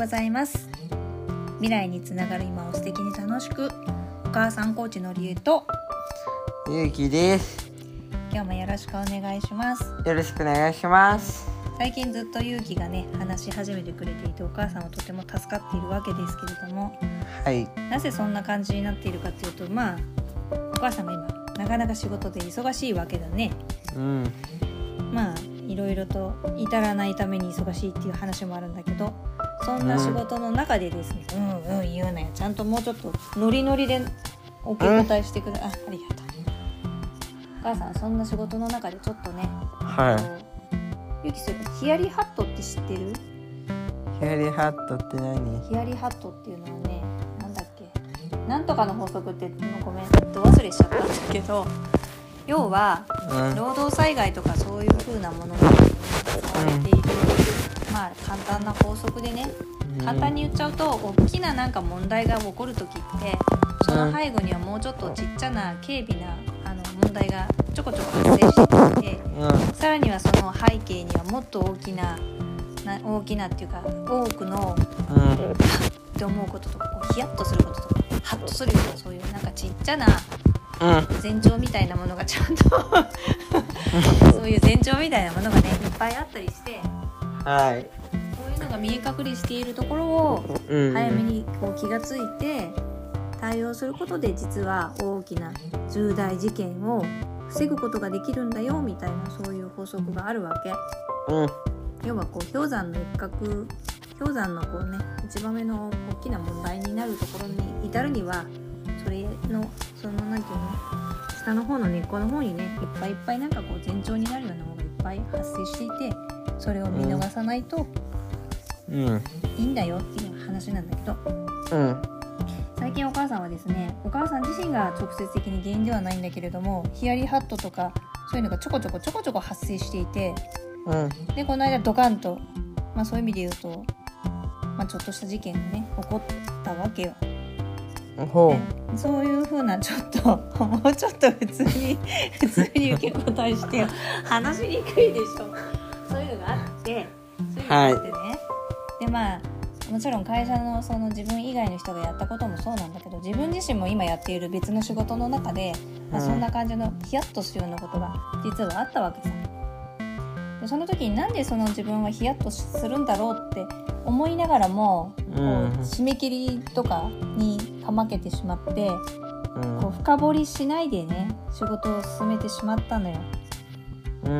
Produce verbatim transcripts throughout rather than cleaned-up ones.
ざいます。未来につながる今を素敵に楽しく、お母さんコーチのりえとゆうきです。 今日もよろしくお願いします。 よろしくお願いします。 最近ずっとゆうきがね話し始めてくれていて、お母さんはとても助かっているわけですけれども、 はい。 なぜそんな感じになっているかというと、まあお母さんが今なかなか仕事で忙しいわけだね。 うんまあいろいろと至らないために忙しいっていう話もあるんだけど、そんな仕事の中でですね、うん、うんうん言うなよ、ちゃんともうちょっとノリノリでお受け答えしてください、うん、あ, ありがとう。お母さんそんな仕事の中でちょっとね、 はいゆきそれヒヤリハットって知ってる？ ヒヤリハットって何？ ヒヤリハットっていうのはね、なんだっけ、なんとかの法則ってごめんど忘れしちゃったんだけど、要は、うん、労働災害とかそういう風なものが使われている、うん、まあ簡単な法則でね、簡単に言っちゃうと、大きななんか問題が起こるときって、その背後にはもうちょっとちっちゃな軽微なあの問題がちょこちょこ発生していて、うん、さらにはその背景にはもっと大きな、な大きなっていうか多くの、うん、って思うこととか、こうヒヤッとすることとか、ハッとするような、そういうなんかちっちゃな前兆みたいなものがちゃんとそういう前兆みたいなものがねいっぱいあったりして、 はい、 そういうのが見え隠れしているところを早めにこう気がついて対応することで、実は大きな重大事件を防ぐことができるんだよみたいな、そういう法則があるわけ、うん、要はこう氷山の一角、氷山のこうね一番目の大きな問題になるところに至るには、それのそのなんていうの、下の方の根っこの方にね、いっぱいいっぱいなんかこう前兆になるようなものがいっぱい発生していて、それを見逃さないといいんだよっていう話なんだけど、うん、最近お母さんはですね、お母さん自身が直接的に原因ではないんだけれども、ヒヤリハットとかそういうのがちょこちょこちょこちょこ発生していて、うん、でこの間ドカンと、まあ、そういう意味で言うと、まあ、ちょっとした事件がね起こったわけよ。 ほうそういう風な、ちょっともうちょっと普通に普通に受け答えしてよ、話しにくいでしょ。そういうのがあって、そういうのがあってね、はい、でまあもちろん会社のその自分以外の人がやったこともそうなんだけど、自分自身も今やっている別の仕事の中で、まあ、そんな感じのヒヤッとするようなことが実はあったわけさ。でその時になんでその自分はヒヤッとするんだろうって思いながらも、こう締め切りとかにかまけてしまって、うん、こう深掘りしないでね仕事を進めてしまったのよ、うん、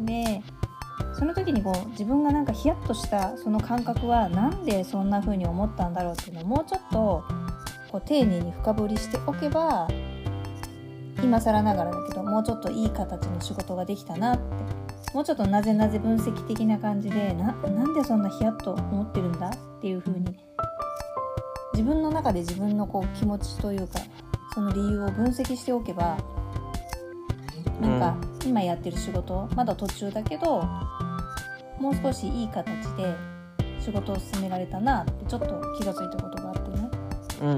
でその時にこう自分がなんかヒヤッとしたその感覚はなんでそんな風に思ったんだろうっていうのをもうちょっとこう丁寧に深掘りしておけば、今更ながらだけどもうちょっといい形の仕事ができたなって、もうちょっとなぜなぜ分析的な感じで な, なんでそんなヒヤッと思ってるんだっていう風に自分の中で自分のこう気持ちというかその理由を分析しておけば、なんか今やってる仕事まだ途中だけどもう少しいい形で仕事を進められたなってちょっと気がついたことがあってね、うんうん、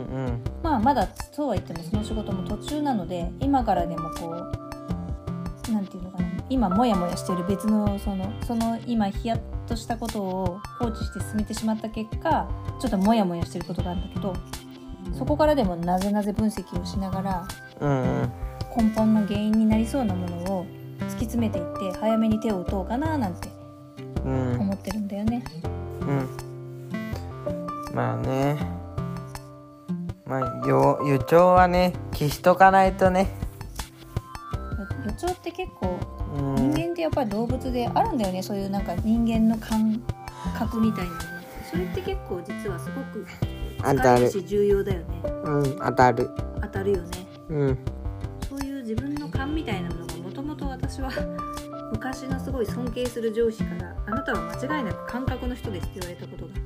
まあまだそうは言ってもその仕事も途中なので、今からでもこうなんていうのかな、今モヤモヤしている別のそのその今ヒヤッとしたことを放置して進めてしまった結果、ちょっとモヤモヤしていることがあるんだけど、そこからでもなぜなぜ分析をしながら、うんうん、根本の原因になりそうなものを突き詰めていって早めに手を打とうかななんて思ってるんだよね、うん、 まあね、まあ予, 予兆はね消しとかないとね。 予兆って結構人間ってやっぱり動物であるんだよね、そういうなんか人間の感覚みたいなの。それって結構実はすごく使えるし重要だよね。 うん、当たる当たるよね、 うん、 そういう自分の勘みたいなものがもともと私は昔のすごい尊敬する上司から、あなたは間違いなく感覚の人ですって言われたことがあって、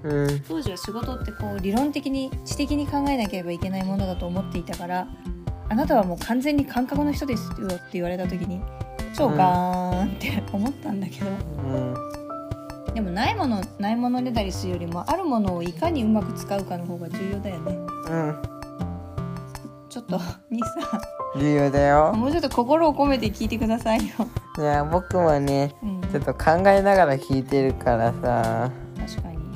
うん、当時は仕事ってこう理論的に知的に考えなければいけないものだと思っていたから、あなたはもう完全に感覚の人ですよって言われた時に超ガーンって思ったんだけど、うん、でもないものないものねだりするよりも、あるものをいかにうまく使うかの方が重要だよね、うん、ちょっと兄さん重要だよ。 もうちょっと心を込めて聞いてくださいよ。 いや僕もね、うん、ちょっと考えながら聞いてるからさ。 確かにその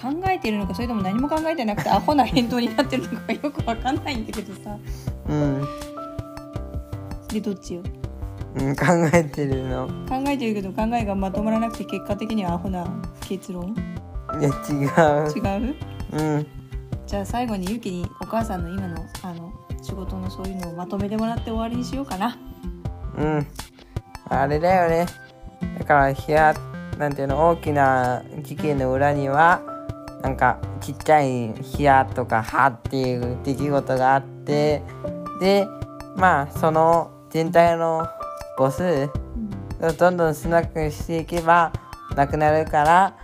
考えてるのかそれとも何も考えてなくてアホな返答になってるのかよくわかんないんだけどさ。 うんでどっちよ。 うん、考えてるの。 考えてるけど考えがまとまらなくて結果的にはアホな結論。 いや違う違う。 うんじゃあ最後にゆきにお母さんの今のあの仕事のそういうのをまとめてもらって終わりにしようかな。 うんあれだよね。だからヒヤなんていうの大きな事件の裏にはなんかちっちゃいヒヤとかハっていう出来事があって、でまあその全体の母数をどんどん少なくしていけばなくなるから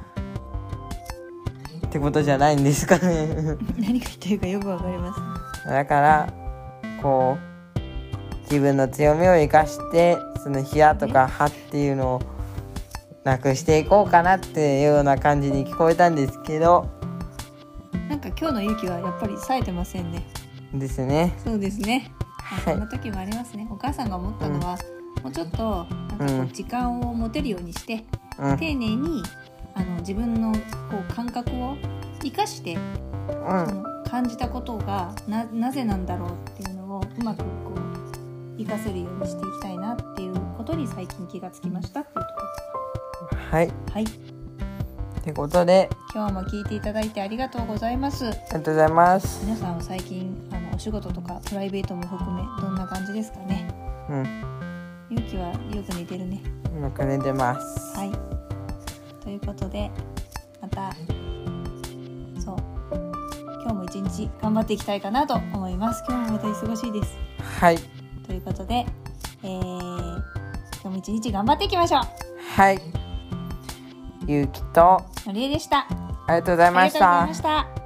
ってことじゃないんですかね何が言ってるかよくわかります。 だからこう自分の強みを生かしてそのヒヤとかハっていうのをなくしていこうかなっていうような感じに聞こえたんですけど、 なんか今日のゆきはやっぱり冴えてませんね。 ですね。 そうですね。 はいそんな時もありますね。お母さんが思ったのは、うん、もうちょっとなんかこううん時間を持てるようにして、 うん丁寧にあの自分のこう感覚を生かして、 うんその感じたことが な, なぜなんだろうっていうのをうまくこう生かせるようにしていきたいなっていうことに最近気がつきましたっていうとこはいろ。はい。 ってことで今日も聞いていただいてありがとうございます。 ありがとうございます。 皆さんは最近あのお仕事とかプライベートも含めどんな感じですかね。 うんゆうきはよく寝てるね。 うまく寝てます。 はい。ということでまたそう今日も一日頑張っていきたいかなと思います。今日もまた忙しいです。 はいということで、えー、今日も一日頑張っていきましょう。 はいゆうきとのりえでした。 ありがとうございましありがとうございたました。